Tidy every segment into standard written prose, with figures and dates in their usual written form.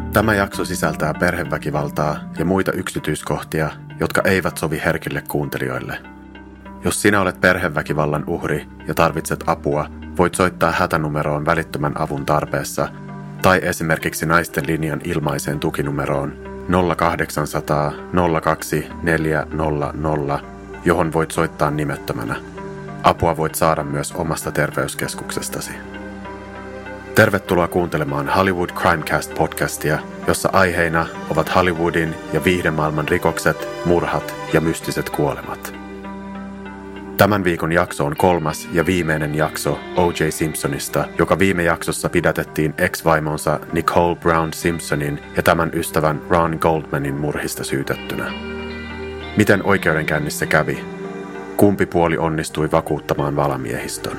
Tämä jakso sisältää perheväkivaltaa ja muita yksityiskohtia, jotka eivät sovi herkille kuuntelijoille. Jos sinä olet perheväkivallan uhri ja tarvitset apua, voit soittaa hätänumeroon välittömän avun tarpeessa tai esimerkiksi Naisten linjan ilmaiseen tukinumeroon 0800 02 400, johon voit soittaa nimettömänä. Apua voit saada myös omasta terveyskeskuksestasi. Tervetuloa kuuntelemaan Hollywood Crimecast-podcastia, jossa aiheina ovat Hollywoodin ja viihdemaailman rikokset, murhat ja mystiset kuolemat. Tämän viikon jakso on 3. ja viimeinen jakso O.J. Simpsonista, joka viime jaksossa pidätettiin ex-vaimonsa Nicole Brown Simpsonin ja tämän ystävän Ron Goldmanin murhista syytettynä. Miten oikeudenkäynnissä kävi? Kumpi puoli onnistui vakuuttamaan valamiehistön?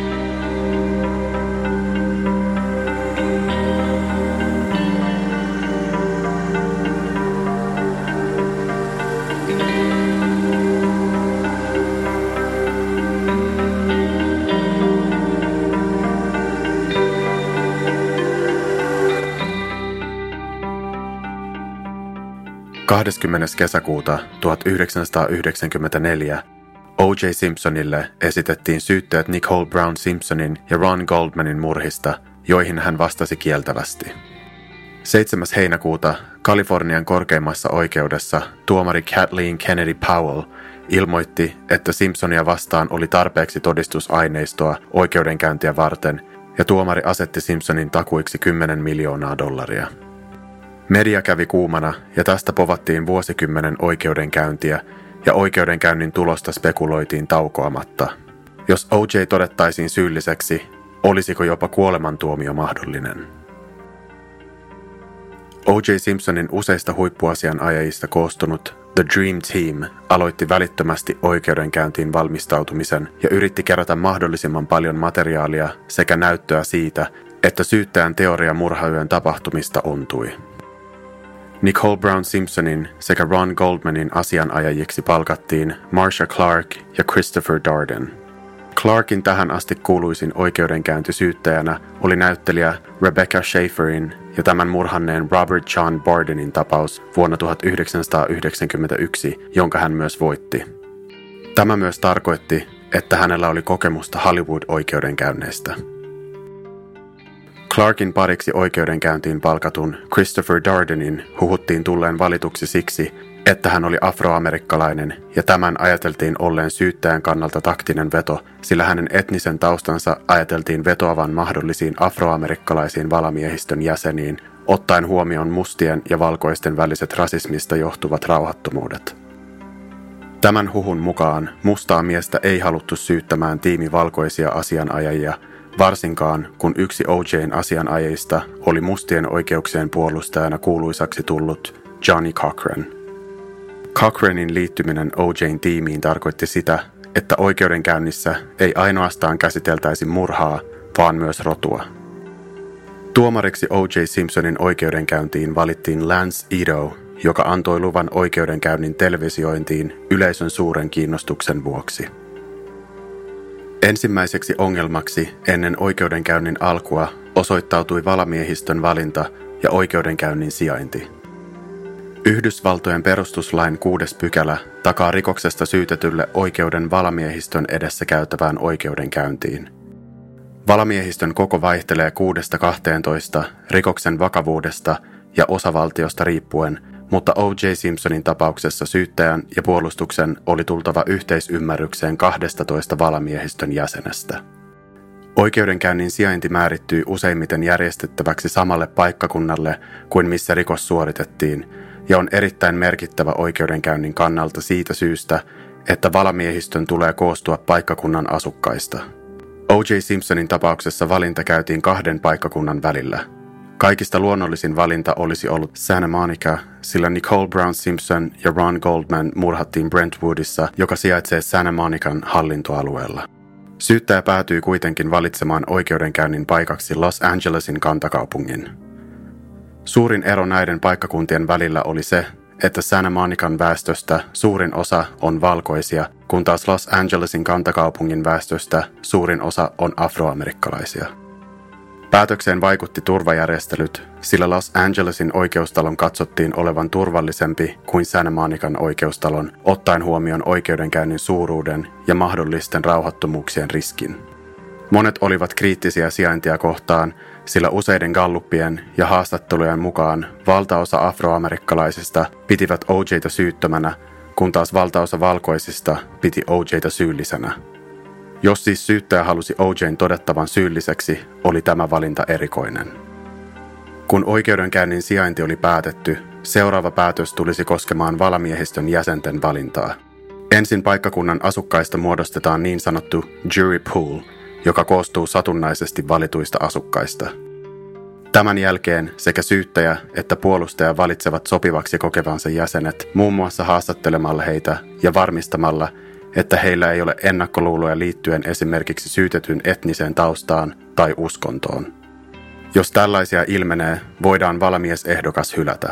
kesäkuuta 1994 O.J. Simpsonille esitettiin syytteet Nicole Brown Simpsonin ja Ron Goldmanin murhista, joihin hän vastasi kieltävästi. 7. heinäkuuta Kalifornian korkeimmassa oikeudessa tuomari Kathleen Kennedy Powell ilmoitti, että Simpsonia vastaan oli tarpeeksi todistusaineistoa oikeudenkäyntiä varten, ja tuomari asetti Simpsonin takuiksi $10 miljoonaa. Media kävi kuumana ja tästä povattiin vuosikymmenen oikeudenkäyntiä ja oikeudenkäynnin tulosta spekuloitiin taukoamatta. Jos O.J. todettaisiin syylliseksi, olisiko jopa kuolemantuomio mahdollinen? O.J. Simpsonin useista huippuasianajajista koostunut The Dream Team aloitti välittömästi oikeudenkäyntiin valmistautumisen ja yritti kerätä mahdollisimman paljon materiaalia sekä näyttöä siitä, että syyttäjän teoria murhayön tapahtumista ontui. Nicole Brown Simpsonin sekä Ron Goldmanin asianajajiksi palkattiin Marcia Clark ja Christopher Darden. Clarkin tähän asti kuuluisin oikeudenkäyntisyyttäjänä oli näyttelijä Rebecca Schaefferin ja tämän murhanneen Robert John Bardenin tapaus vuonna 1991, jonka hän myös voitti. Tämä myös tarkoitti, että hänellä oli kokemusta Hollywood-oikeudenkäynneistä. Clarkin pariksi oikeudenkäyntiin palkatun Christopher Dardenin huhuttiin tulleen valituksi siksi, että hän oli afroamerikkalainen ja tämän ajateltiin olleen syyttäjän kannalta taktinen veto, sillä hänen etnisen taustansa ajateltiin vetoavan mahdollisiin afroamerikkalaisiin valamiehistön jäseniin, ottaen huomioon mustien ja valkoisten väliset rasismista johtuvat rauhattomuudet. Tämän huhun mukaan mustaa miestä ei haluttu syyttämään tiimi valkoisia asianajajia, varsinkaan kun yksi O.J.'n asianajajista oli mustien oikeuksien puolustajana kuuluisaksi tullut Johnny Cochran. Cochranin liittyminen O.J.'n tiimiin tarkoitti sitä, että oikeudenkäynnissä ei ainoastaan käsiteltäisi murhaa, vaan myös rotua. Tuomariksi O.J. Simpsonin oikeudenkäyntiin valittiin Lance Ito, joka antoi luvan oikeudenkäynnin televisiointiin yleisön suuren kiinnostuksen vuoksi. Ensimmäiseksi ongelmaksi ennen oikeudenkäynnin alkua osoittautui valamiehistön valinta ja oikeudenkäynnin sijainti. Yhdysvaltojen perustuslain 6. pykälä takaa rikoksesta syytetylle oikeuden valamiehistön edessä käytävään oikeudenkäyntiin. Valamiehistön koko vaihtelee 6–12 rikoksen vakavuudesta ja osavaltiosta riippuen, mutta O.J. Simpsonin tapauksessa syyttäjän ja puolustuksen oli tultava yhteisymmärrykseen 12 valamiehistön jäsenestä. Oikeudenkäynnin sijainti määrittyy useimmiten järjestettäväksi samalle paikkakunnalle kuin missä rikos suoritettiin, ja on erittäin merkittävä oikeudenkäynnin kannalta siitä syystä, että valamiehistön tulee koostua paikkakunnan asukkaista. O.J. Simpsonin tapauksessa valinta käytiin 2 paikkakunnan välillä. Kaikista luonnollisin valinta olisi ollut Santa Monica, sillä Nicole Brown Simpson ja Ron Goldman murhattiin Brentwoodissa, joka sijaitsee Santa Monican hallintoalueella. Syyttäjä päätyi kuitenkin valitsemaan oikeudenkäynnin paikaksi Los Angelesin kantakaupungin. Suurin ero näiden paikkakuntien välillä oli se, että Santa Monican väestöstä suurin osa on valkoisia, kun taas Los Angelesin kantakaupungin väestöstä suurin osa on afroamerikkalaisia. Päätökseen vaikutti turvajärjestelyt, sillä Los Angelesin oikeustalon katsottiin olevan turvallisempi kuin Santa Monican oikeustalon, ottaen huomioon oikeudenkäynnin suuruuden ja mahdollisten rauhattomuuksien riskin. Monet olivat kriittisiä sijaintia kohtaan, sillä useiden galluppien ja haastattelujen mukaan valtaosa afroamerikkalaisista pitivät OJ:ta syyttömänä, kun taas valtaosa valkoisista piti OJ:ta syyllisenä. Jos siis syyttäjä halusi OJ:n todettavan syylliseksi, oli tämä valinta erikoinen. Kun oikeudenkäynnin sijainti oli päätetty, seuraava päätös tulisi koskemaan valamiehistön jäsenten valintaa. Ensin paikkakunnan asukkaista muodostetaan niin sanottu jury pool, joka koostuu satunnaisesti valituista asukkaista. Tämän jälkeen sekä syyttäjä että puolustaja valitsevat sopivaksi kokevansa jäsenet muun muassa haastattelemalla heitä ja varmistamalla, että heillä ei ole ennakkoluuloja liittyen esimerkiksi syytetyn etniseen taustaan tai uskontoon. Jos tällaisia ilmenee, voidaan valamiesehdokas hylätä.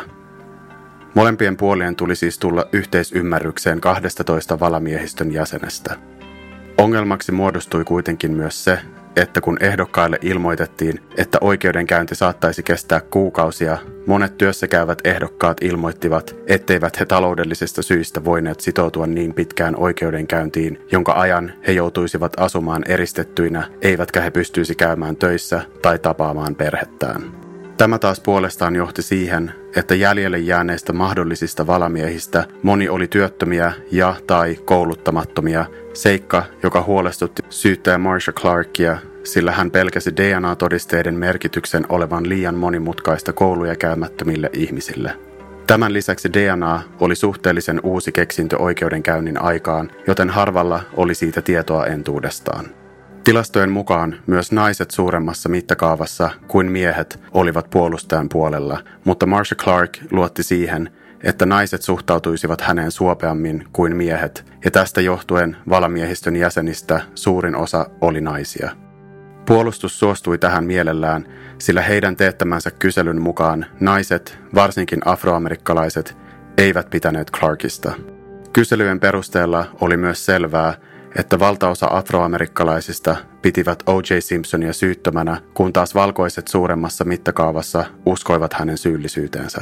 Molempien puolien tuli siis tulla yhteisymmärrykseen 12 valamiehistön jäsenestä. Ongelmaksi muodostui kuitenkin myös se, että kun ehdokkaille ilmoitettiin, että oikeudenkäynti saattaisi kestää kuukausia, monet työssäkäyvät ehdokkaat ilmoittivat, etteivät he taloudellisista syistä voineet sitoutua niin pitkään oikeudenkäyntiin, jonka ajan he joutuisivat asumaan eristettyinä, eivätkä he pystyisi käymään töissä tai tapaamaan perhettään. Tämä taas puolestaan johti siihen, että jäljelle jääneistä mahdollisista valamiehistä moni oli työttömiä ja tai kouluttamattomia, seikka, joka huolestutti syyttäjä Marcia Clarkia, sillä hän pelkäsi DNA-todisteiden merkityksen olevan liian monimutkaista kouluja käymättömille ihmisille. Tämän lisäksi DNA oli suhteellisen uusi keksintö oikeudenkäynnin aikaan, joten harvalla oli siitä tietoa entuudestaan. Tilastojen mukaan myös naiset suuremmassa mittakaavassa kuin miehet olivat puolustajan puolella, mutta Marcia Clark luotti siihen, että naiset suhtautuisivat häneen suopeammin kuin miehet, ja tästä johtuen valamiehistön jäsenistä suurin osa oli naisia. Puolustus suostui tähän mielellään, sillä heidän teettämänsä kyselyn mukaan naiset, varsinkin afroamerikkalaiset, eivät pitäneet Clarkista. Kyselyjen perusteella oli myös selvää, että valtaosa afroamerikkalaisista pitivät O.J. Simpsonia syyttömänä, kun taas valkoiset suuremmassa mittakaavassa uskoivat hänen syyllisyyteensä.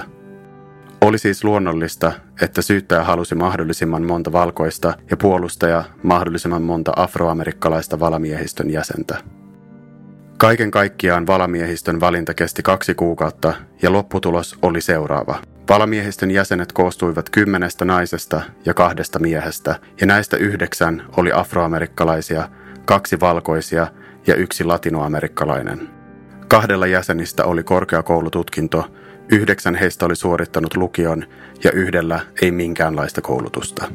Oli siis luonnollista, että syyttäjä halusi mahdollisimman monta valkoista ja puolustaja mahdollisimman monta afroamerikkalaista valamiehistön jäsentä. Kaiken kaikkiaan valamiehistön valinta kesti 2 kuukautta ja lopputulos oli seuraava. Valamiehistön jäsenet koostuivat 10 naisesta ja 2 miehestä, ja näistä 9 oli afroamerikkalaisia, 2 valkoisia ja 1 latinoamerikkalainen. 2 jäsenistä oli korkeakoulututkinto, 9 heistä oli suorittanut lukion ja 1 ei minkäänlaista koulutusta.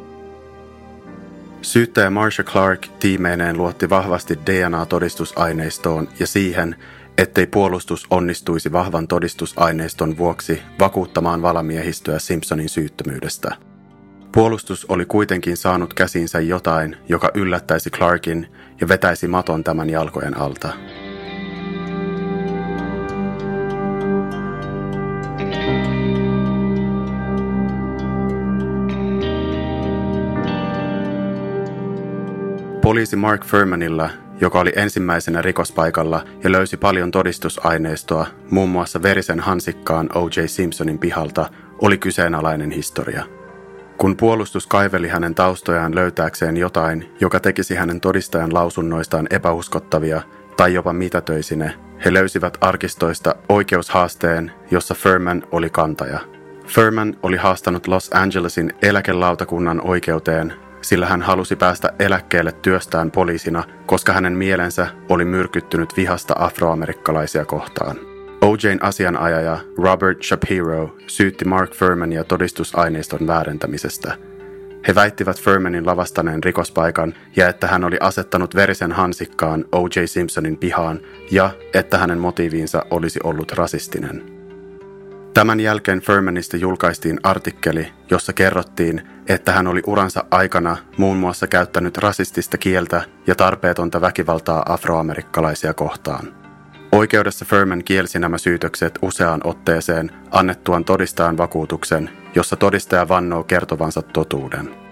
Syyttäjä Marcia Clark tiimeineen luotti vahvasti DNA-todistusaineistoon ja siihen, ettei puolustus onnistuisi vahvan todistusaineiston vuoksi vakuuttamaan valamiehistöä Simpsonin syyttömyydestä. Puolustus oli kuitenkin saanut käsiinsä jotain, joka yllättäisi Clarkin ja vetäisi maton tämän jalkojen alta. Poliisi Mark Fuhrmanilla, joka oli ensimmäisenä rikospaikalla ja löysi paljon todistusaineistoa, muun muassa verisen hansikkaan O.J. Simpsonin pihalta, oli kyseenalainen historia. Kun puolustus kaiveli hänen taustojaan löytääkseen jotain, joka tekisi hänen todistajan lausunnoistaan epäuskottavia tai jopa mitätöisine, he löysivät arkistoista oikeushaasteen, jossa Fuhrman oli kantaja. Fuhrman oli haastanut Los Angelesin eläkelautakunnan oikeuteen, sillä hän halusi päästä eläkkeelle työstään poliisina, koska hänen mielensä oli myrkyttynyt vihasta afroamerikkalaisia kohtaan. O.J.n asianajaja Robert Shapiro syytti Mark Fuhrmania todistusaineiston väärentämisestä. He väittivät Fuhrmanin lavastaneen rikospaikan ja että hän oli asettanut verisen hansikkaan O.J. Simpsonin pihaan ja että hänen motiiviinsa olisi ollut rasistinen. Tämän jälkeen Fuhrmanista julkaistiin artikkeli, jossa kerrottiin, että hän oli uransa aikana muun muassa käyttänyt rasistista kieltä ja tarpeetonta väkivaltaa afroamerikkalaisia kohtaan. Oikeudessa Fuhrman kielsi nämä syytökset useaan otteeseen annettuaan todistajan vakuutuksen, jossa todistaja vannoo kertovansa totuuden.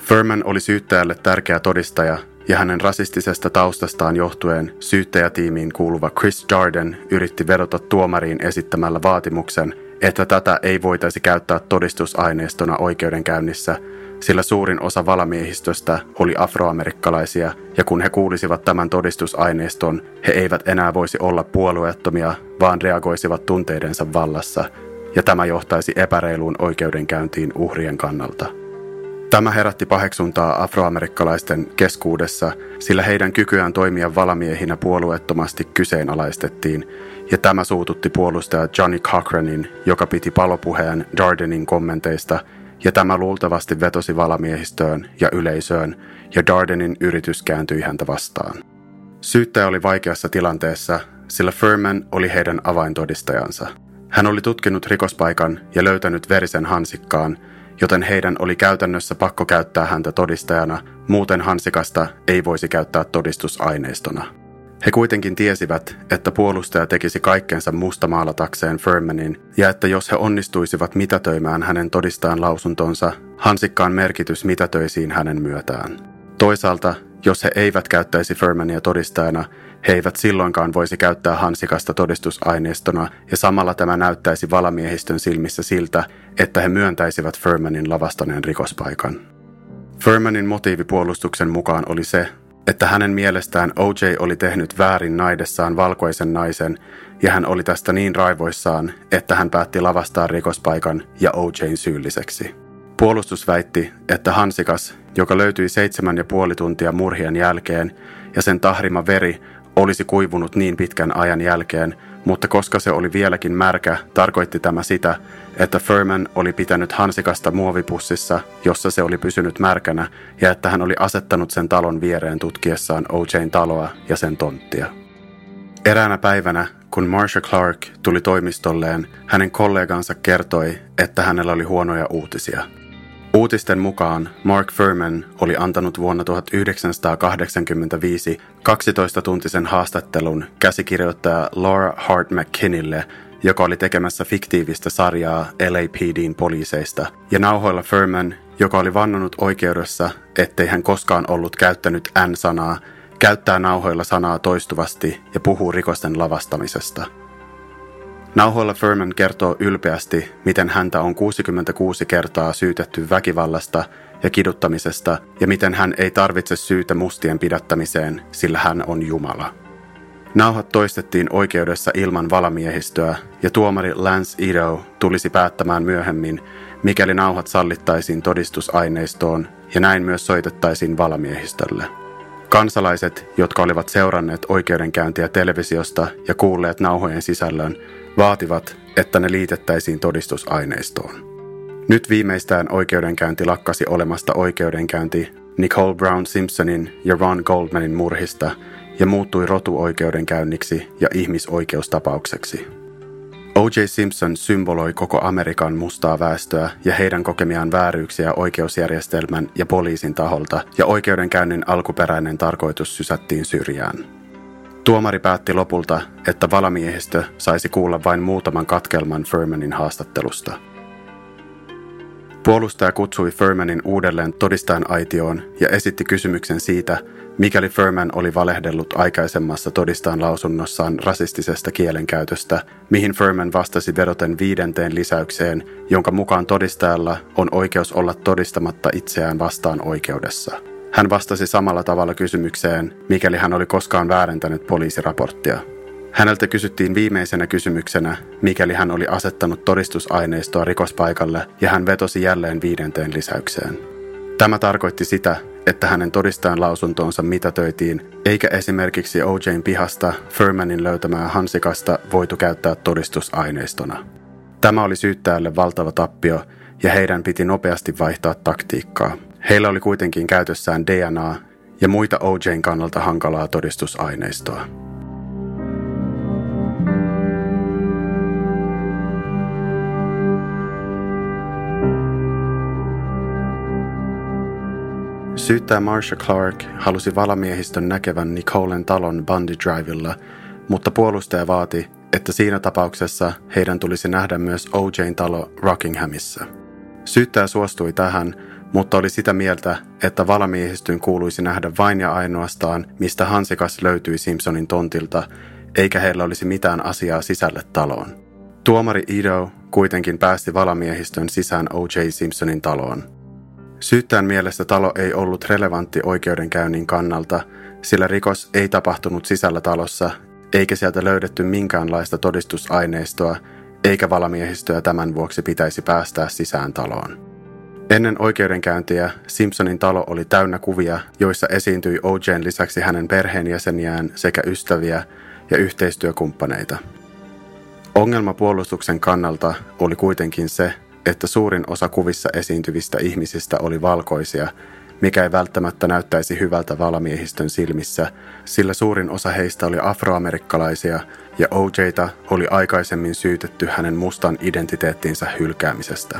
Furman oli syyttäjälle tärkeä todistaja, ja hänen rasistisesta taustastaan johtuen syyttäjätiimiin kuuluva Chris Darden yritti vedota tuomariin esittämällä vaatimuksen, että tätä ei voitaisi käyttää todistusaineistona oikeudenkäynnissä, sillä suurin osa valamiehistöstä oli afroamerikkalaisia, ja kun he kuulisivat tämän todistusaineiston, he eivät enää voisi olla puolueettomia, vaan reagoisivat tunteidensa vallassa, ja tämä johtaisi epäreiluun oikeudenkäyntiin uhrien kannalta. Tämä herätti paheksuntaa afroamerikkalaisten keskuudessa, sillä heidän kykyään toimia valamiehinä puolueettomasti kyseenalaistettiin, ja tämä suututti puolustaja Johnny Cochranin, joka piti palopuheen Dardenin kommenteista, ja tämä luultavasti vetosi valamiehistöön ja yleisöön, ja Dardenin yritys kääntyi häntä vastaan. Syyttäjä oli vaikeassa tilanteessa, sillä Furman oli heidän avaintodistajansa. Hän oli tutkinut rikospaikan ja löytänyt verisen hansikkaan, joten heidän oli käytännössä pakko käyttää häntä todistajana, muuten hansikasta ei voisi käyttää todistusaineistona. He kuitenkin tiesivät, että puolustaja tekisi kaikkensa mustamaalatakseen Furmanin, ja että jos he onnistuisivat mitätöimään hänen todistajan lausuntonsa, hansikkaan merkitys mitätöisiin hänen myötään. Toisaalta, jos he eivät käyttäisi Furmania todistajana, he eivät silloinkaan voisi käyttää hansikasta todistusaineistona, ja samalla tämä näyttäisi valamiehistön silmissä siltä, että he myöntäisivät Furmanin lavastaneen rikospaikan. Furmanin motiivi puolustuksen mukaan oli se, että hänen mielestään O.J. oli tehnyt väärin naidessaan valkoisen naisen, ja hän oli tästä niin raivoissaan, että hän päätti lavastaa rikospaikan ja O.J.n syylliseksi. Puolustus väitti, että hansikas, joka löytyi 7,5 tuntia murhien jälkeen, ja sen tahrima veri olisi kuivunut niin pitkän ajan jälkeen, mutta koska se oli vieläkin märkä, tarkoitti tämä sitä, että Furman oli pitänyt hansikasta muovipussissa, jossa se oli pysynyt märkänä, ja että hän oli asettanut sen talon viereen tutkiessaan O.J.n taloa ja sen tonttia. Eräänä päivänä, kun Marcia Clark tuli toimistolleen, hänen kollegansa kertoi, että hänellä oli huonoja uutisia. Uutisten mukaan Mark Furman oli antanut vuonna 1985 12-tuntisen haastattelun käsikirjoittaja Laura Hart McKinneylle, joka oli tekemässä fiktiivistä sarjaa LAPD:n poliiseista, ja nauhoilla Furman, joka oli vannonut oikeudessa, ettei hän koskaan ollut käyttänyt N-sanaa, käyttää nauhoilla sanaa toistuvasti ja puhuu rikosten lavastamisesta. Nauhoilla Furman kertoo ylpeästi, miten häntä on 66 kertaa syytetty väkivallasta ja kiduttamisesta, ja miten hän ei tarvitse syytä mustien pidättämiseen, sillä hän on Jumala. Nauhat toistettiin oikeudessa ilman valamiehistöä, ja tuomari Lance Ito tulisi päättämään myöhemmin, mikäli nauhat sallittaisiin todistusaineistoon, ja näin myös soitettaisiin valamiehistölle. Kansalaiset, jotka olivat seuranneet oikeudenkäyntiä televisiosta ja kuulleet nauhojen sisällön, vaativat, että ne liitettäisiin todistusaineistoon. Nyt viimeistään oikeudenkäynti lakkasi olemasta oikeudenkäynti Nicole Brown Simpsonin ja Ron Goldmanin murhista ja muuttui rotuoikeudenkäynniksi ja ihmisoikeustapaukseksi. O.J. Simpson symboloi koko Amerikan mustaa väestöä ja heidän kokemiaan vääryyksiä oikeusjärjestelmän ja poliisin taholta, ja oikeudenkäynnin alkuperäinen tarkoitus sysättiin syrjään. Tuomari päätti lopulta, että valamiehistö saisi kuulla vain muutaman katkelman Furmanin haastattelusta. Puolustaja kutsui Furmanin uudelleen todistajan aitioon ja esitti kysymyksen siitä, mikäli Furman oli valehdellut aikaisemmassa todistajan lausunnossaan rasistisesta kielenkäytöstä, mihin Furman vastasi vedoten 5. lisäykseen, jonka mukaan todistajalla on oikeus olla todistamatta itseään vastaan oikeudessa. Hän vastasi samalla tavalla kysymykseen, mikäli hän oli koskaan väärentänyt poliisiraporttia. Häneltä kysyttiin viimeisenä kysymyksenä, mikäli hän oli asettanut todistusaineistoa rikospaikalle, ja hän vetosi jälleen 5. lisäykseen. Tämä tarkoitti sitä, että hänen todistajan lausuntonsa mitätöitiin, eikä esimerkiksi O.J.n pihasta Furmanin löytämää hansikasta voitu käyttää todistusaineistona. Tämä oli syyttäjälle valtava tappio, ja heidän piti nopeasti vaihtaa taktiikkaa. Heillä oli kuitenkin käytössään DNA ja muita O.J.n kannalta hankalaa todistusaineistoa. Syyttäjä Marcia Clark halusi valamiehistön näkevän Nicolen talon Bundy Drivella, mutta puolustaja vaati, että siinä tapauksessa heidän tulisi nähdä myös O.J.n talo Rockinghamissa. Syyttäjä suostui tähän, mutta oli sitä mieltä, että valamiehistön kuuluisi nähdä vain ja ainoastaan, mistä hansikas löytyi Simpsonin tontilta, eikä heillä olisi mitään asiaa sisälle taloon. Tuomari Ido kuitenkin päästi valamiehistön sisään O.J. Simpsonin taloon. Syyttäjän mielestä talo ei ollut relevantti oikeudenkäynnin kannalta, sillä rikos ei tapahtunut sisällä talossa, eikä sieltä löydetty minkäänlaista todistusaineistoa, eikä valamiehistöä tämän vuoksi pitäisi päästää sisään taloon. Ennen oikeudenkäyntiä Simpsonin talo oli täynnä kuvia, joissa esiintyi O.J.n lisäksi hänen perheenjäseniään sekä ystäviä ja yhteistyökumppaneita. Ongelma puolustuksen kannalta oli kuitenkin se, että suurin osa kuvissa esiintyvistä ihmisistä oli valkoisia, mikä ei välttämättä näyttäisi hyvältä valamiehistön silmissä, sillä suurin osa heistä oli afroamerikkalaisia ja O.J.ta oli aikaisemmin syytetty hänen mustan identiteettinsä hylkäämisestä.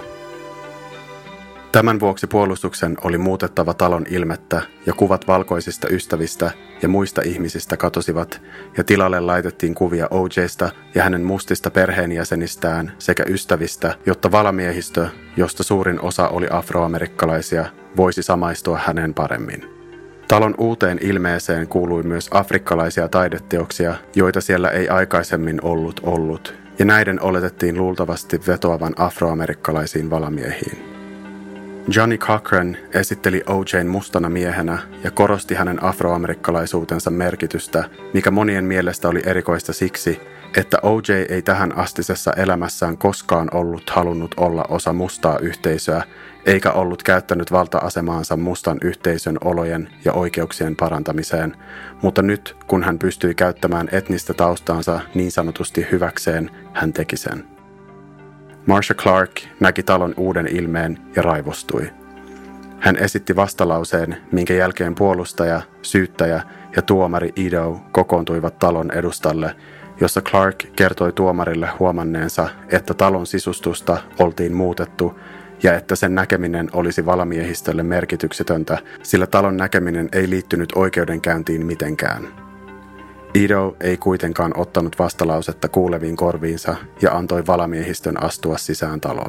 Tämän vuoksi puolustuksen oli muutettava talon ilmettä ja kuvat valkoisista ystävistä ja muista ihmisistä katosivat ja tilalle laitettiin kuvia O.J.sta ja hänen mustista perheenjäsenistään sekä ystävistä, jotta valamiehistö, josta suurin osa oli afroamerikkalaisia, voisi samaistua häneen paremmin. Talon uuteen ilmeeseen kuului myös afrikkalaisia taideteoksia, joita siellä ei aikaisemmin ollut, ja näiden oletettiin luultavasti vetoavan afroamerikkalaisiin valamiehiin. Johnny Cochran esitteli O.J.n mustana miehenä ja korosti hänen afroamerikkalaisuutensa merkitystä, mikä monien mielestä oli erikoista siksi, että O.J. ei tähän astisessa elämässään koskaan halunnut olla osa mustaa yhteisöä, eikä ollut käyttänyt valta-asemaansa mustan yhteisön olojen ja oikeuksien parantamiseen, mutta nyt, kun hän pystyi käyttämään etnistä taustaansa niin sanotusti hyväkseen, hän teki sen. Marcia Clark näki talon uuden ilmeen ja raivostui. Hän esitti vastalauseen, minkä jälkeen puolustaja, syyttäjä ja tuomari Ido kokoontuivat talon edustalle, jossa Clark kertoi tuomarille huomanneensa, että talon sisustusta oltiin muutettu ja että sen näkeminen olisi valamiehistölle merkityksetöntä, sillä talon näkeminen ei liittynyt oikeudenkäyntiin mitenkään. Ido ei kuitenkaan ottanut vastalausetta kuuleviin korviinsa ja antoi valamiehistön astua sisään taloon.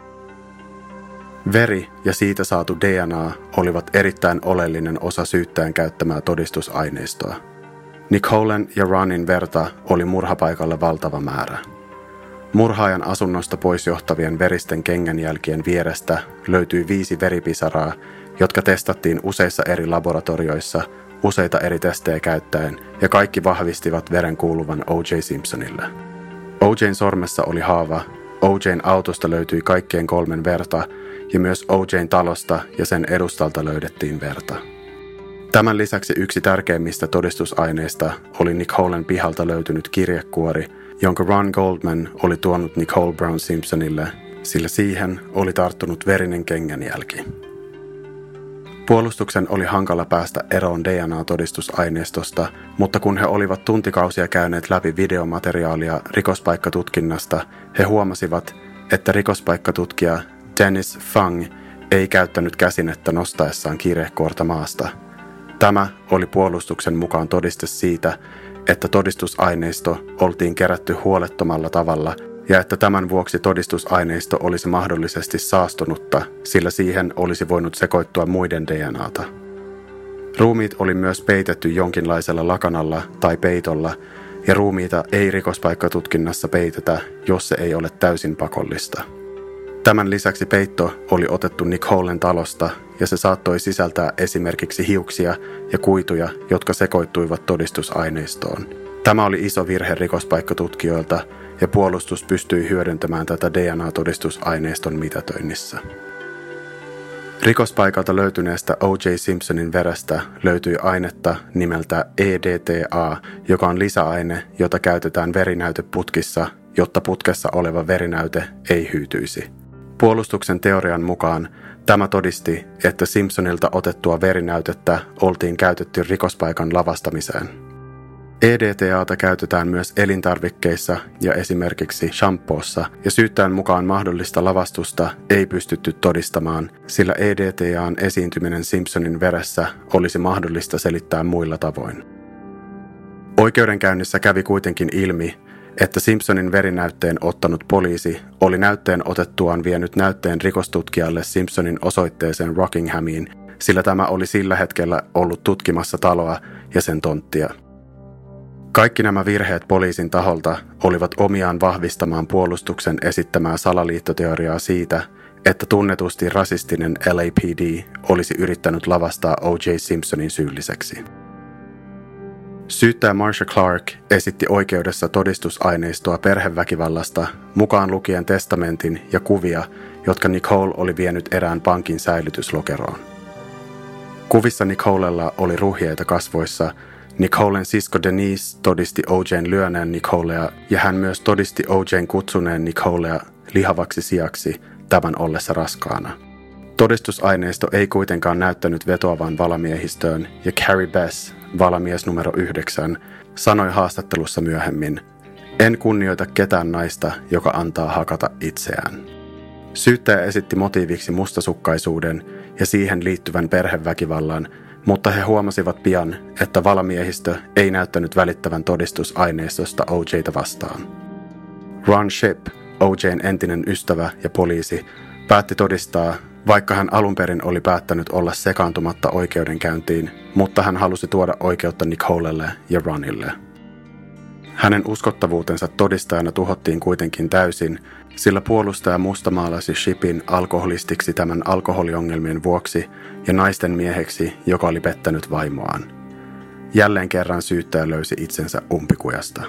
Veri ja siitä saatu DNA olivat erittäin oleellinen osa syyttäjän käyttämää todistusaineistoa. Nicolen ja Ronin verta oli murhapaikalla valtava määrä. Murhaajan asunnosta pois johtavien veristen kengänjälkien vierestä löytyi 5 veripisaraa, jotka testattiin useissa eri laboratorioissa, useita eri testejä käyttäen, ja kaikki vahvistivat veren kuuluvan O.J. Simpsonille. O.J.n sormessa oli haava, O.J.n autosta löytyi kaikkien 3 verta, ja myös O.J.n talosta ja sen edustalta löydettiin verta. Tämän lisäksi yksi tärkeimmistä todistusaineista oli Nicolen pihalta löytynyt kirjekuori, jonka Ron Goldman oli tuonut Nicole Brown Simpsonille, sillä siihen oli tarttunut verinen kengänjälki. Puolustuksen oli hankala päästä eroon DNA-todistusaineistosta, mutta kun he olivat tuntikausia käyneet läpi videomateriaalia rikospaikkatutkinnasta, he huomasivat, että rikospaikkatutkija Dennis Fung ei käyttänyt käsinettä nostaessaan kirjekuorta maasta. Tämä oli puolustuksen mukaan todiste siitä, että todistusaineisto oltiin kerätty huolettomalla tavalla ja että tämän vuoksi todistusaineisto olisi mahdollisesti saastunutta, sillä siihen olisi voinut sekoittua muiden DNAta. Ruumiit oli myös peitetty jonkinlaisella lakanalla tai peitolla, ja ruumiita ei rikospaikkatutkinnassa peitetä, jos se ei ole täysin pakollista. Tämän lisäksi peitto oli otettu Nicolen talosta, ja se saattoi sisältää esimerkiksi hiuksia ja kuituja, jotka sekoittuivat todistusaineistoon. Tämä oli iso virhe rikospaikkatutkijoilta, ja puolustus pystyi hyödyntämään tätä DNA-todistusaineiston mitätöinnissä. Rikospaikalta löytyneestä O.J. Simpsonin verestä löytyi ainetta nimeltä EDTA, joka on lisäaine, jota käytetään verinäyteputkissa, jotta putkessa oleva verinäyte ei hyytyisi. Puolustuksen teorian mukaan tämä todisti, että Simpsonilta otettua verinäytettä oltiin käytetty rikospaikan lavastamiseen. EDTAta käytetään myös elintarvikkeissa ja esimerkiksi shampoossa, ja syyttäjän mukaan mahdollista lavastusta ei pystytty todistamaan, sillä EDTAn esiintyminen Simpsonin veressä olisi mahdollista selittää muilla tavoin. Oikeudenkäynnissä kävi kuitenkin ilmi, että Simpsonin verinäytteen ottanut poliisi oli näytteen otettuaan vienyt näytteen rikostutkijalle Simpsonin osoitteeseen Rockinghamiin, sillä tämä oli sillä hetkellä ollut tutkimassa taloa ja sen tonttia. Kaikki nämä virheet poliisin taholta olivat omiaan vahvistamaan puolustuksen esittämää salaliittoteoriaa siitä, että tunnetusti rasistinen LAPD olisi yrittänyt lavastaa O.J. Simpsonin syylliseksi. Syyttäjä Marcia Clark esitti oikeudessa todistusaineistoa perheväkivallasta, mukaan lukien testamentin ja kuvia, jotka Nicole oli vienyt erään pankin säilytyslokeroon. Kuvissa Nicolella oli ruhjeita kasvoissa. Nicolen sisko Denise todisti O.J.n lyöneen Nicolea ja hän myös todisti O.J.n kutsuneen Nicolea lihavaksi siaksi tämän ollessa raskaana. Todistusaineisto ei kuitenkaan näyttänyt vetoavan valamiehistöön ja Carrie Bess, valamies numero 9, sanoi haastattelussa myöhemmin: "En kunnioita ketään naista, joka antaa hakata itseään." Syyttäjä esitti motiiviksi mustasukkaisuuden ja siihen liittyvän perheväkivallan, mutta he huomasivat pian, että valamiehistö ei näyttänyt välittävän todistusaineistosta O.J.ta vastaan. Ron Shipp, O.J.n entinen ystävä ja poliisi, päätti todistaa, vaikka hän alun perin oli päättänyt olla sekaantumatta oikeudenkäyntiin, mutta hän halusi tuoda oikeutta Nicolelle ja Ronille. Hänen uskottavuutensa todistajana tuhottiin kuitenkin täysin, sillä puolustaja mustamaalasi Shippin alkoholistiksi tämän alkoholiongelmien vuoksi ja naisten mieheksi, joka oli pettänyt vaimoaan. Jälleen kerran syyttäjä löysi itsensä umpikujasta.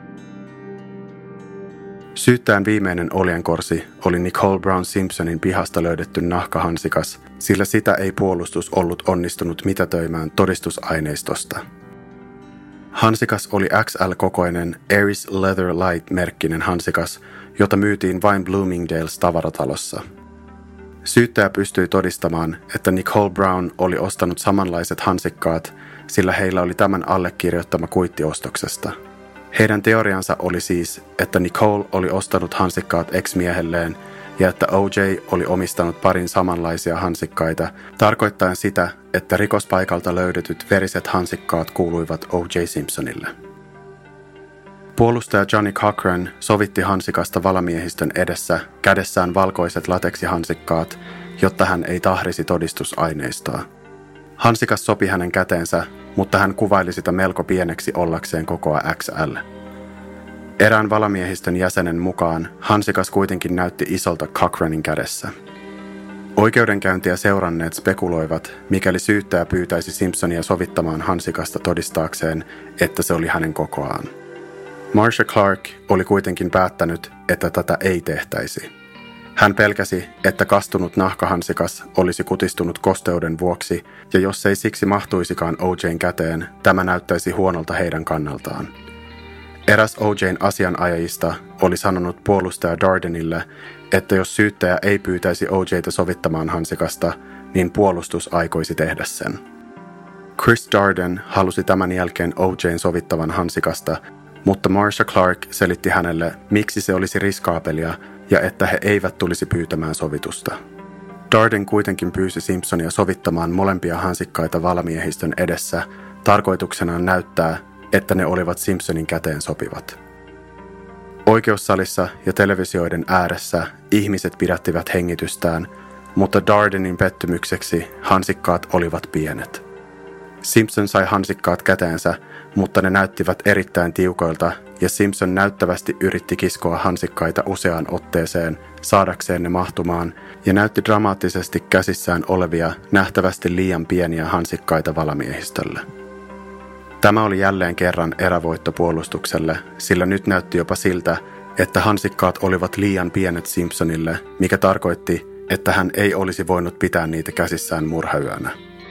Syyttäjän viimeinen oljenkorsi oli Nicole Brown Simpsonin pihasta löydetty nahkahansikas, sillä sitä ei puolustus ollut onnistunut mitätöimään todistusaineistosta. Hansikas oli XL-kokoinen Aries Leather Light-merkkinen hansikas, jota myytiin vain Bloomingdale's tavaratalossa. Syyttäjä pystyi todistamaan, että Nicole Brown oli ostanut samanlaiset hansikkaat, sillä heillä oli tämän allekirjoittama kuitti ostoksesta. Heidän teoriansa oli siis, että Nicole oli ostanut hansikkaat ex-miehelleen ja että O.J. oli omistanut parin samanlaisia hansikkaita, tarkoittaen sitä, että rikospaikalta löydetyt veriset hansikkaat kuuluivat O.J. Simpsonille. Puolustaja Johnny Cochran sovitti hansikasta valamiehistön edessä kädessään valkoiset lateksihansikkaat, jotta hän ei tahrisi todistusaineistoa. Hansikas sopi hänen käteensä, mutta hän kuvaili sitä melko pieneksi ollakseen kokoa XL. Erään valamiehistön jäsenen mukaan hansikas kuitenkin näytti isolta Cochranin kädessä. Oikeudenkäyntiä seuranneet spekuloivat, mikäli syyttäjä pyytäisi Simpsonia sovittamaan hansikasta todistaakseen, että se oli hänen kokoaan. Marcia Clark oli kuitenkin päättänyt, että tätä ei tehtäisi. Hän pelkäsi, että kastunut nahkahansikas olisi kutistunut kosteuden vuoksi, ja jos ei siksi mahtuisikaan O.J.n käteen, tämä näyttäisi huonolta heidän kannaltaan. Eräs O.J.n asianajajista oli sanonut puolustaja Dardenille, että jos syyttäjä ei pyytäisi O.J.ta sovittamaan hansikasta, niin puolustus aikoisi tehdä sen. Chris Darden halusi tämän jälkeen O.J.n sovittavan hansikasta, mutta Marcia Clark selitti hänelle, miksi se olisi riskaapelia ja että he eivät tulisi pyytämään sovitusta. Darden kuitenkin pyysi Simpsonia sovittamaan molempia hansikkaita valamiehistön edessä, tarkoituksenaan näyttää, että ne olivat Simpsonin käteen sopivat. Oikeussalissa ja televisioiden ääressä ihmiset pidättivät hengitystään, mutta Dardenin pettymykseksi hansikkaat olivat pienet. Simpson sai hansikkaat käteensä, mutta ne näyttivät erittäin tiukoilta ja Simpson näyttävästi yritti kiskoa hansikkaita useaan otteeseen saadakseen ne mahtumaan ja näytti dramaattisesti käsissään olevia nähtävästi liian pieniä hansikkaita valamiehistölle. Tämä oli jälleen kerran erävoitto puolustukselle, sillä nyt näytti jopa siltä, että hansikkaat olivat liian pienet Simpsonille, mikä tarkoitti, että hän ei olisi voinut pitää niitä käsissään murhayönä.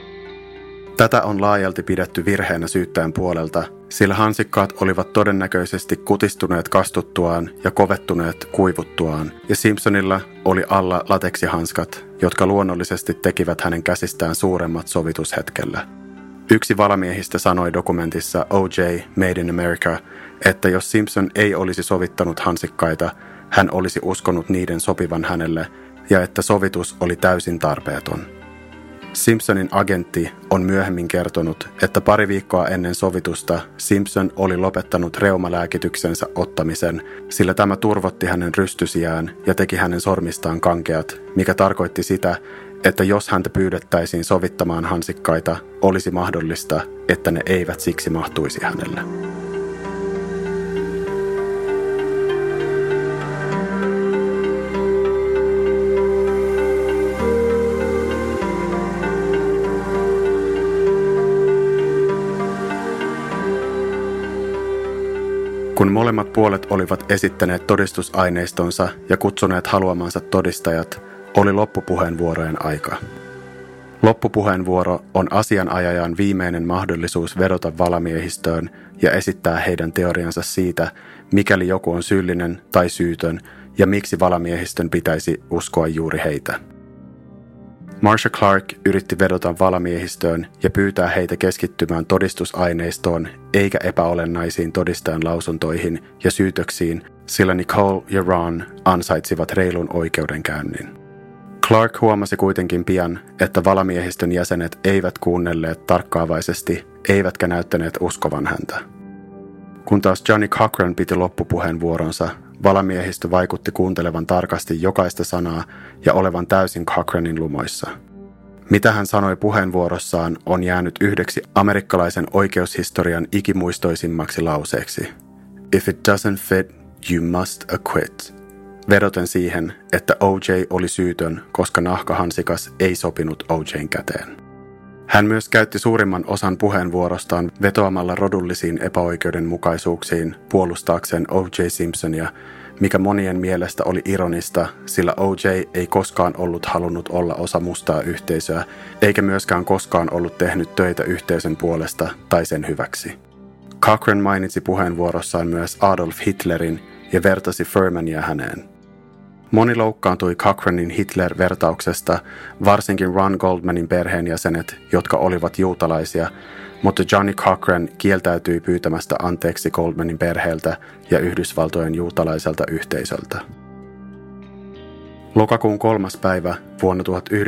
Tätä on laajalti pidetty virheenä syyttäjän puolelta, sillä hansikkaat olivat todennäköisesti kutistuneet kastuttuaan ja kovettuneet kuivuttuaan, ja Simpsonilla oli alla lateksihanskat, jotka luonnollisesti tekivät hänen käsistään suuremmat sovitushetkellä. Yksi valamiehistä sanoi dokumentissa O.J. Made in America, että jos Simpson ei olisi sovittanut hansikkaita, hän olisi uskonut niiden sopivan hänelle ja että sovitus oli täysin tarpeeton. Simpsonin agentti on myöhemmin kertonut, että pari viikkoa ennen sovitusta Simpson oli lopettanut reumalääkityksensä ottamisen, sillä tämä turvotti hänen rystysiään ja teki hänen sormistaan kankeat, mikä tarkoitti sitä, että jos häntä pyydettäisiin sovittamaan hansikkaita, olisi mahdollista, että ne eivät siksi mahtuisi hänelle. Kun molemmat puolet olivat esittäneet todistusaineistonsa ja kutsuneet haluamansa todistajat, oli loppupuheenvuorojen aika. Loppupuheenvuoro on asianajajan viimeinen mahdollisuus vedota valamiehistöön ja esittää heidän teoriansa siitä, mikäli joku on syyllinen tai syytön ja miksi valamiehistön pitäisi uskoa juuri heitä. Marcia Clark yritti vedota valamiehistöön ja pyytää heitä keskittymään todistusaineistoon eikä epäolennaisiin todistajan lausuntoihin ja syytöksiin, sillä Nicole ja Ron ansaitsivat reilun oikeudenkäynnin. Clark huomasi kuitenkin pian, että valamiehistön jäsenet eivät kuunnelleet tarkkaavaisesti eivätkä näyttäneet uskovan häntä. Kun taas Johnny Cochran piti loppupuheenvuoronsa, valamiehistö vaikutti kuuntelevan tarkasti jokaista sanaa ja olevan täysin Cochranin lumoissa. Mitä hän sanoi puheenvuorossaan on jäänyt yhdeksi amerikkalaisen oikeushistorian ikimuistoisimmaksi lauseeksi. If it doesn't fit, you must acquit. Vedoten siihen, että O.J. oli syytön, koska nahkahansikas ei sopinut O.J.n käteen. Hän myös käytti suurimman osan puheenvuorostaan vetoamalla rodullisiin epäoikeudenmukaisuuksiin puolustaakseen O.J. Simpsonia, mikä monien mielestä oli ironista, sillä O.J. ei koskaan ollut halunnut olla osa mustaa yhteisöä, eikä myöskään koskaan ollut tehnyt töitä yhteisön puolesta tai sen hyväksi. Cochran mainitsi puheenvuorossaan myös Adolf Hitlerin ja vertasi Furmania häneen. Moni loukkaantui Cochranin Hitler-vertauksesta, varsinkin Ron Goldmanin perheenjäsenet, jotka olivat juutalaisia, mutta Johnny Cochran kieltäytyi pyytämästä anteeksi Goldmanin perheeltä ja Yhdysvaltojen juutalaiselta yhteisöltä. Lokakuun 3. päivä vuonna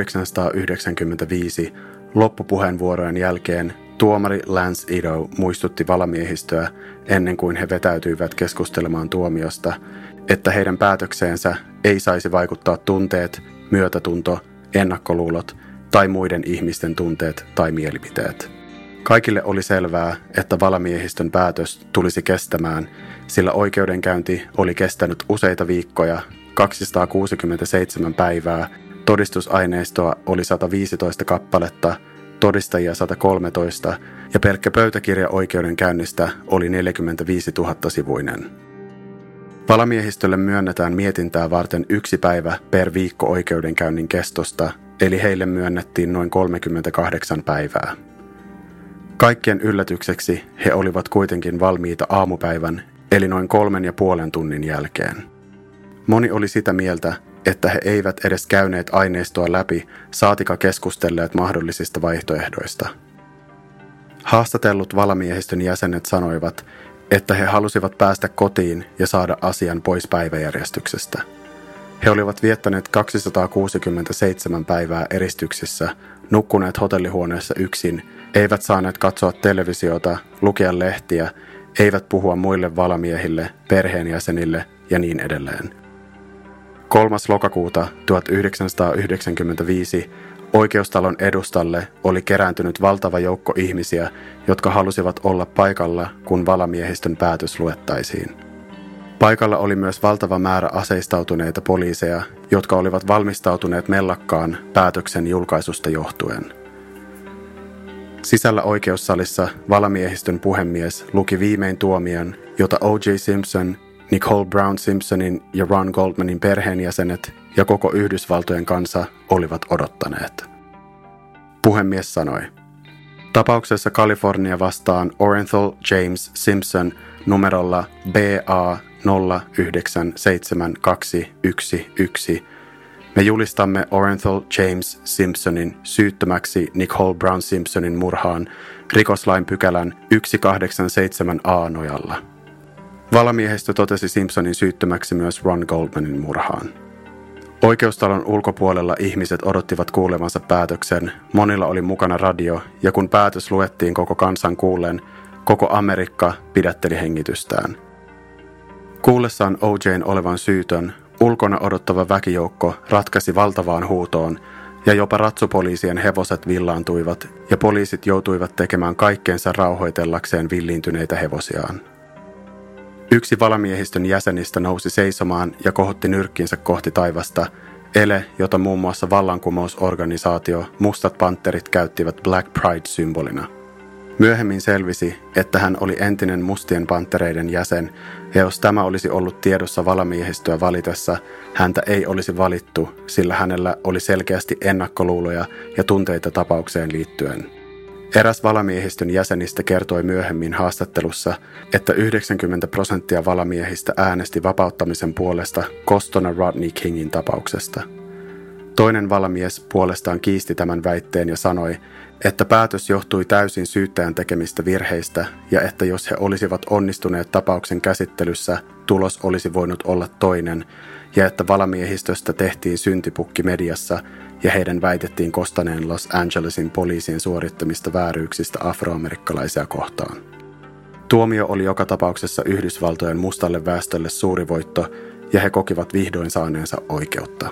1995 loppupuheenvuorojen jälkeen tuomari Lance Ito muistutti valamiehistöä ennen kuin he vetäytyivät keskustelemaan tuomiosta, että heidän päätökseensä ei saisi vaikuttaa tunteet, myötätunto, ennakkoluulot tai muiden ihmisten tunteet tai mielipiteet. Kaikille oli selvää, että valamiehistön päätös tulisi kestämään, sillä oikeudenkäynti oli kestänyt useita viikkoja, 267 päivää, todistusaineistoa oli 115 kappaletta, todistajia 113 ja pelkkä pöytäkirja oikeudenkäynnistä oli 45 000 sivuinen. Valamiehistölle myönnetään mietintää varten 1 päivä per viikko oikeudenkäynnin kestosta, eli heille myönnettiin noin 38 päivää. Kaikkien yllätykseksi he olivat kuitenkin valmiita aamupäivän, eli noin 3,5 tunnin jälkeen. Moni oli sitä mieltä, että he eivät edes käyneet aineistoa läpi, saatika keskustelleet mahdollisista vaihtoehdoista. Haastatellut valamiehistön jäsenet sanoivat, että he halusivat päästä kotiin ja saada asian pois päiväjärjestyksestä. He olivat viettäneet 267 päivää eristyksissä, nukkuneet hotellihuoneessa yksin, eivät saaneet katsoa televisiota, lukea lehtiä, eivät puhua muille valamiehille, perheenjäsenille ja niin edelleen. 3. lokakuuta 1995 oikeustalon edustalle oli kerääntynyt valtava joukko ihmisiä, jotka halusivat olla paikalla, kun valamiehistön päätös luettaisiin. Paikalla oli myös valtava määrä aseistautuneita poliiseja, jotka olivat valmistautuneet mellakkaan päätöksen julkaisusta johtuen. Sisällä oikeussalissa valamiehistön puhemies luki viimein tuomion, jota O.J. Simpson, Nicole Brown Simpsonin ja Ron Goldmanin perheenjäsenet ja koko Yhdysvaltojen kansa olivat odottaneet. Puhemies sanoi: tapauksessa California vastaan Orenthal James Simpson numerolla BA 097211 me julistamme Orenthal James Simpsonin syyttömäksi Nicole Brown Simpsonin murhaan rikoslain pykälän 187a nojalla. Valamiehistö totesi Simpsonin syyttömäksi myös Ron Goldmanin murhaan. Oikeustalon ulkopuolella ihmiset odottivat kuulemansa päätöksen, monilla oli mukana radio, ja kun päätös luettiin koko kansan kuullen, koko Amerikka pidätteli hengitystään. Kuullessaan O.J.n olevan syytön, ulkona odottava väkijoukko ratkaisi valtavaan huutoon, ja jopa ratsupoliisien hevoset villaantuivat, ja poliisit joutuivat tekemään kaikkeensa rauhoitellakseen villiintyneitä hevosiaan. Yksi valamiehistön jäsenistä nousi seisomaan ja kohotti nyrkkinsä kohti taivasta, ele, jota muun muassa vallankumousorganisaatio Mustat Panterit käyttivät Black Pride-symbolina. Myöhemmin selvisi, että hän oli entinen Mustien Pantereiden jäsen, ja jos tämä olisi ollut tiedossa valamiehistöä valitessa, häntä ei olisi valittu, sillä hänellä oli selkeästi ennakkoluuloja ja tunteita tapaukseen liittyen. Eräs valamiehistön jäsenistä kertoi myöhemmin haastattelussa, että 90% valamiehistä äänesti vapauttamisen puolesta kostona Rodney Kingin tapauksesta. Toinen valamies puolestaan kiisti tämän väitteen ja sanoi, että päätös johtui täysin syyttäjän tekemistä virheistä ja että jos he olisivat onnistuneet tapauksen käsittelyssä, tulos olisi voinut olla toinen ja että valamiehistöstä tehtiin syntipukki mediassa ja heidän väitettiin kostaneen Los Angelesin poliisien suorittamista vääryyksistä afroamerikkalaisia kohtaan. Tuomio oli joka tapauksessa Yhdysvaltojen mustalle väestölle suuri voitto ja he kokivat vihdoin saaneensa oikeutta.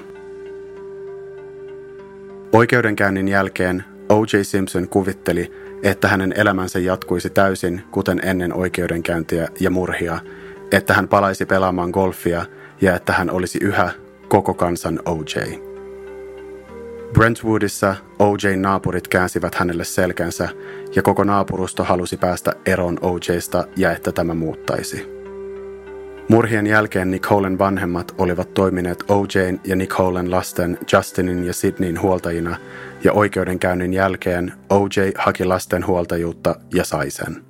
Oikeudenkäynnin jälkeen O.J. Simpson kuvitteli, että hänen elämänsä jatkuisi täysin kuten ennen oikeudenkäyntiä ja murhia, että hän palaisi pelaamaan golfia ja että hän olisi yhä koko kansan O.J. Brentwoodissa O.J.n naapurit käänsivät hänelle selkänsä ja koko naapurusto halusi päästä eroon O.J.sta ja että tämä muuttaisi. Murhien jälkeen Nicolen vanhemmat olivat toimineet O.J.n ja Nicolen lasten Justinin ja Sydneyn huoltajina ja oikeudenkäynnin jälkeen O.J. haki lasten huoltajuutta ja sai sen.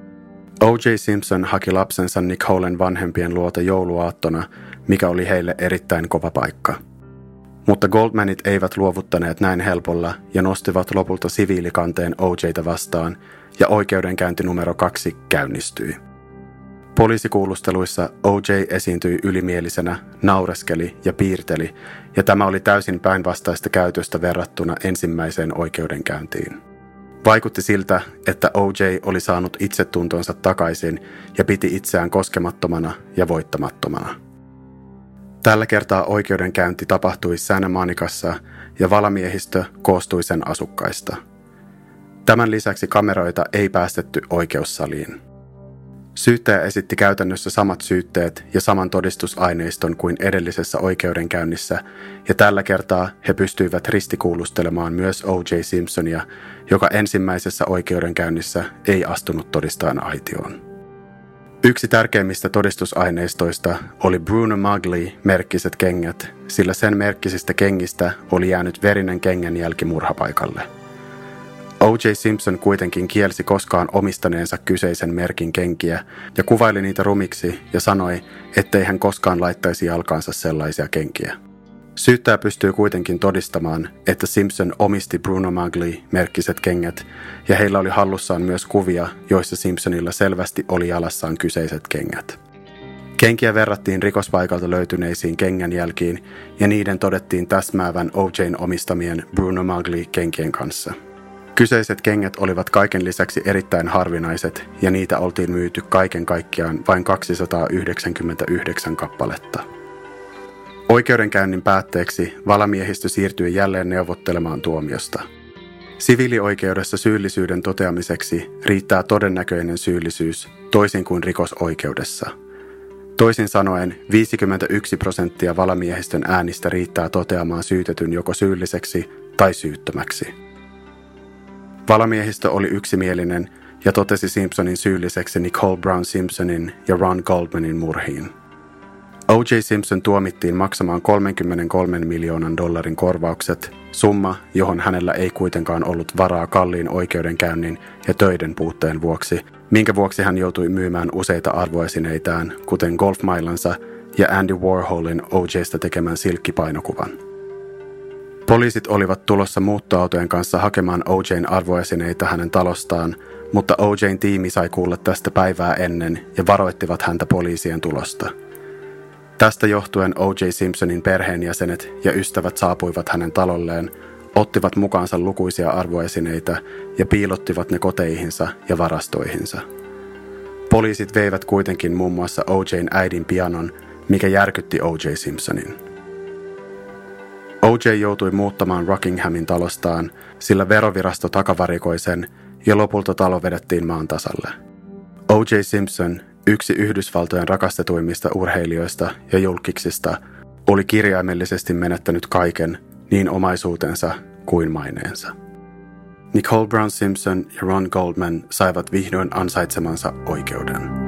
O.J. Simpson haki lapsensa Nicolen vanhempien luota jouluaattona, mikä oli heille erittäin kova paikka. Mutta Goldmanit eivät luovuttaneet näin helpolla ja nostivat lopulta siviilikanteen O.J.ta vastaan ja oikeudenkäynti numero 2 käynnistyi. Poliisikuulusteluissa O.J. esiintyi ylimielisenä, naureskeli ja piirteli, ja tämä oli täysin päinvastaista käytöstä verrattuna ensimmäiseen oikeudenkäyntiin. Vaikutti siltä, että O.J. oli saanut itsetuntonsa takaisin ja piti itseään koskemattomana ja voittamattomana. Tällä kertaa oikeudenkäynti tapahtui Santa Monicassa ja valamiehistö koostui sen asukkaista. Tämän lisäksi kameroita ei päästetty oikeussaliin. Syyttäjä esitti käytännössä samat syytteet ja saman todistusaineiston kuin edellisessä oikeudenkäynnissä, ja tällä kertaa he pystyivät ristikuulustelemaan myös O.J. Simpsonia, joka ensimmäisessä oikeudenkäynnissä ei astunut todistajan aitioon. Yksi tärkeimmistä todistusaineistoista oli Bruno Magli-merkkiset kengät, sillä sen merkkisistä kengistä oli jäänyt verinen kengänjälki murhapaikalle. O.J. Simpson kuitenkin kielsi koskaan omistaneensa kyseisen merkin kenkiä ja kuvaili niitä rumiksi ja sanoi, ettei hän koskaan laittaisi jalkaansa sellaisia kenkiä. Syyttäjä pystyy kuitenkin todistamaan, että Simpson omisti Bruno Magli-merkkiset kengät ja heillä oli hallussaan myös kuvia, joissa Simpsonilla selvästi oli jalassaan kyseiset kengät. Kenkiä verrattiin rikospaikalta löytyneisiin kengänjälkiin ja niiden todettiin täsmäävän O.J.n omistamien Bruno Magli-kenkien kanssa. Kyseiset kengät olivat kaiken lisäksi erittäin harvinaiset ja niitä oltiin myyty kaiken kaikkiaan vain 299 kappaletta. Oikeudenkäynnin päätteeksi valamiehistö siirtyi jälleen neuvottelemaan tuomiosta. Siviilioikeudessa syyllisyyden toteamiseksi riittää todennäköinen syyllisyys, toisin kuin rikosoikeudessa. Toisin sanoen 51% valamiehistön äänistä riittää toteamaan syytetyn joko syylliseksi tai syyttömäksi. Valamiehistö oli yksimielinen ja totesi Simpsonin syylliseksi Nicole Brown Simpsonin ja Ron Goldmanin murhiin. O.J. Simpson tuomittiin maksamaan $33 miljoonan korvaukset, summa, johon hänellä ei kuitenkaan ollut varaa kalliin oikeudenkäynnin ja töiden puutteen vuoksi, minkä vuoksi hän joutui myymään useita arvoesineitään, kuten golfmailansa ja Andy Warholin O.J.sta tekemän silkkipainokuvan. Poliisit olivat tulossa muuttoautojen kanssa hakemaan O.J.n arvoesineitä hänen talostaan, mutta O.J.n tiimi sai kuulla tästä päivää ennen ja varoittivat häntä poliisien tulosta. Tästä johtuen O.J. Simpsonin perheenjäsenet ja ystävät saapuivat hänen talolleen, ottivat mukaansa lukuisia arvoesineitä ja piilottivat ne koteihinsa ja varastoihinsa. Poliisit veivät kuitenkin muun muassa O.J.n äidin pianon, mikä järkytti O.J. Simpsonin. O.J. joutui muuttamaan Rockinghamin talostaan, sillä verovirasto takavarikoi sen ja lopulta talo vedettiin maan tasalle. O.J. Simpson, yksi Yhdysvaltojen rakastetuimmista urheilijoista ja julkiksista, oli kirjaimellisesti menettänyt kaiken, niin omaisuutensa kuin maineensa. Nicole Brown Simpson ja Ron Goldman saivat vihdoin ansaitsemansa oikeuden.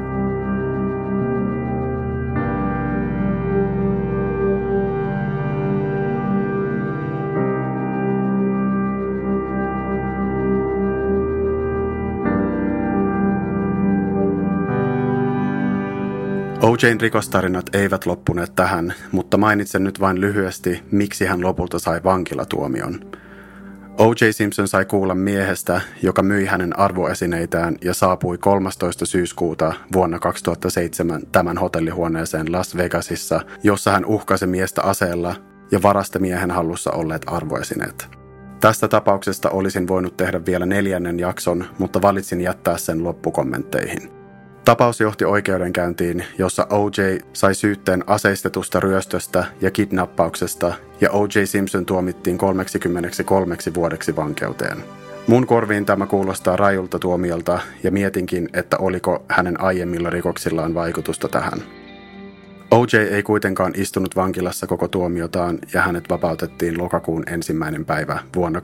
O.J.n rikostarinat eivät loppuneet tähän, mutta mainitsen nyt vain lyhyesti, miksi hän lopulta sai vankilatuomion. O.J. Simpson sai kuulla miehestä, joka myi hänen arvoesineitään ja saapui 13. syyskuuta vuonna 2007 tämän hotellihuoneeseen Las Vegasissa, jossa hän uhkasi miestä aseella ja varasti miehen hallussa olleet arvoesineet. Tästä tapauksesta olisin voinut tehdä vielä 4. jakson, mutta valitsin jättää sen loppukommentteihin. Tapaus johti oikeudenkäyntiin, jossa O.J. sai syytteen aseistetusta ryöstöstä ja kidnappauksesta, ja O.J. Simpson tuomittiin 33 vuodeksi vankeuteen. Mun korviin tämä kuulostaa rajulta tuomiolta, ja mietinkin, että oliko hänen aiemmilla rikoksillaan vaikutusta tähän. O.J. ei kuitenkaan istunut vankilassa koko tuomiotaan, ja hänet vapautettiin lokakuun 1. päivä vuonna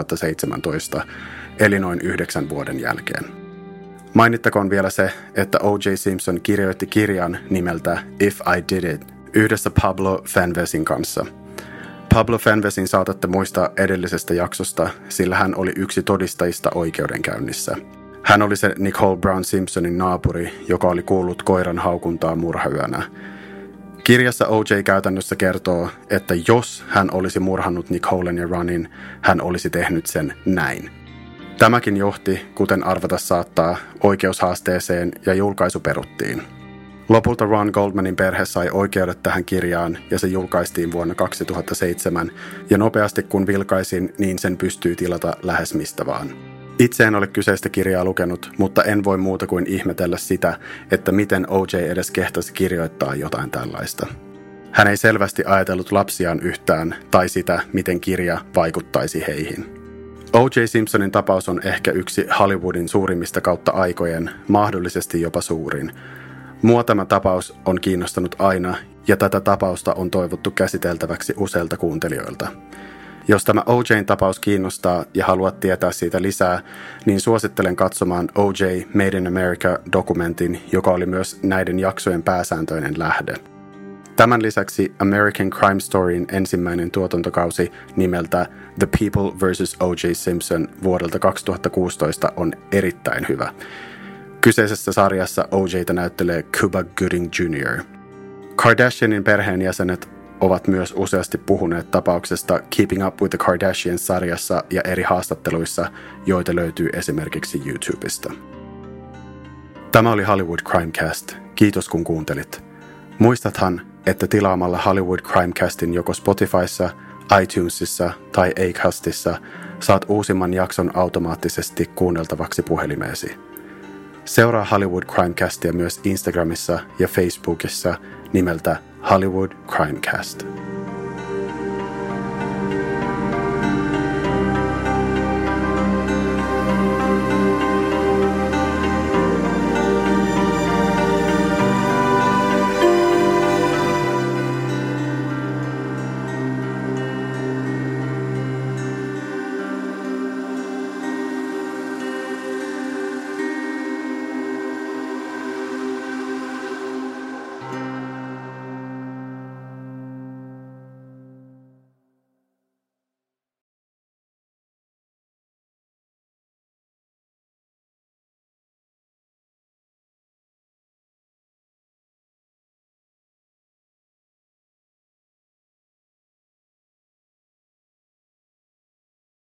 2017, eli noin 9 vuoden jälkeen. Mainittakoon vielä se, että O.J. Simpson kirjoitti kirjan nimeltä If I Did It yhdessä Pablo Fenvesin kanssa. Pablo Fenvesin saatatte muistaa edellisestä jaksosta, sillä hän oli yksi todistajista oikeudenkäynnissä. Hän oli se Nicole Brown Simpsonin naapuri, joka oli kuullut koiran haukuntaa murhayönä. Kirjassa O.J. käytännössä kertoo, että jos hän olisi murhannut Nicolen ja Ronin, hän olisi tehnyt sen näin. Tämäkin johti, kuten arvata saattaa, oikeushaasteeseen ja julkaisu peruttiin. Lopulta Ron Goldmanin perhe sai oikeudet tähän kirjaan ja se julkaistiin vuonna 2007 ja nopeasti kun vilkaisin, niin sen pystyy tilata lähes mistä vaan. Itse en ole kyseistä kirjaa lukenut, mutta en voi muuta kuin ihmetellä sitä, että miten O.J. edes kehtasi kirjoittaa jotain tällaista. Hän ei selvästi ajatellut lapsiaan yhtään tai sitä, miten kirja vaikuttaisi heihin. O.J. Simpsonin tapaus on ehkä yksi Hollywoodin suurimmista kautta aikojen, mahdollisesti jopa suurin. Mua tämä tapaus on kiinnostanut aina, ja tätä tapausta on toivottu käsiteltäväksi useilta kuuntelijoilta. Jos tämä O.J.n tapaus kiinnostaa ja haluat tietää siitä lisää, niin suosittelen katsomaan O.J. Made in America-dokumentin, joka oli myös näiden jaksojen pääsääntöinen lähde. Tämän lisäksi American Crime Storyn ensimmäinen tuotantokausi nimeltä The People vs. O.J. Simpson vuodelta 2016 on erittäin hyvä. Kyseisessä sarjassa O.J.ta näyttelee Cuba Gooding Jr. Kardashianin perheenjäsenet ovat myös useasti puhuneet tapauksesta Keeping Up with the Kardashians-sarjassa ja eri haastatteluissa, joita löytyy esimerkiksi YouTubesta. Tämä oli Hollywood Crimecast. Kiitos kun kuuntelit. Muistathan, että tilaamalla Hollywood Crimecastin joko Spotifyssa, iTunesissa tai Acastissa saat uusimman jakson automaattisesti kuunneltavaksi puhelimeesi. Seuraa Hollywood Crimecastia myös Instagramissa ja Facebookissa nimeltä Hollywood Crimecast.